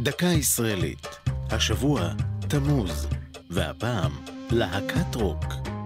דקה ישראלית. השבוע תמוז, והפעם להקת רוק.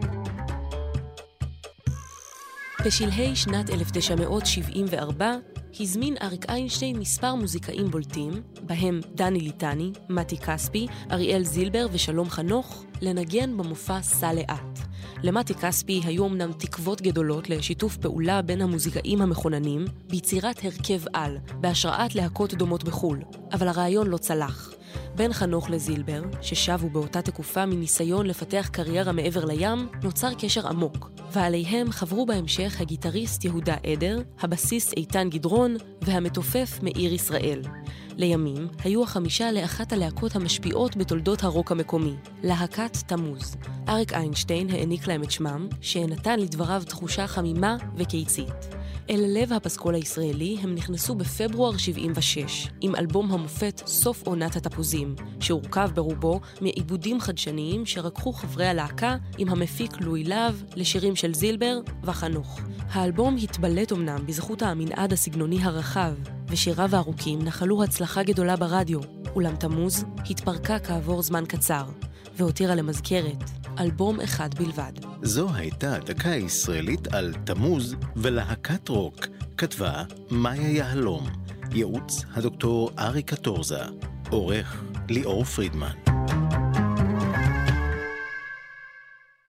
בשלהי שנת 1974 הזמין אריק איינשטיין מספר מוזיקאים בולטים, בהם דני ליטני, מתי כספי, אריאל זילבר ושלום חנוך, לנגן במופע סע לאט. למתי כספי היו אמנם תקוות גדולות לשיתוף פעולה בין המוזיקאים המכוננים ביצירת הרכב על, בהשראת להקות דומות בחול, אבל הרעיון לא צלח. בין חנוך לזילבר, ששבו באותה תקופה מניסיון לפתח קריירה מעבר לים, נוצר קשר עמוק, ועליהם חברו בהמשך הגיטריסט יהודה עדר, הבסיסט איתן גדרון והמתופף מאיר ישראל. לימים היו החמישה לאחת הלהקות המשפיעות בתולדות הרוק המקומי, להקת תמוז. אריק איינשטיין העניק להם את שמם, שנתן לדבריו תחושה חמימה וקיצית. אל לב הפסקול הישראלי הם נכנסו בפברואר 76, עם אלבום המופת סוף עונת התפוזים, שהורכב ברובו מעיבודים חדשניים שרקחו חברי הלהקה עם המפיק לואי להב לשירים של זילבר וחנוך. האלבום התבלט אמנם בזכות המנעד הסגנוני הרחב, ושיריו הארוכים נחלו הצלחה גדולה ברדיו, אולם תמוז התפרקה כעבור זמן קצר, והותירה למזכרת אלבום אחד בלבד. זו הייתה דקה ישראלית על תמוז ולהקת רוק. כתבה מאיה יהלום. ייעוץ הדוקטור ארי קטורזה. עורך ליאור פרידמן.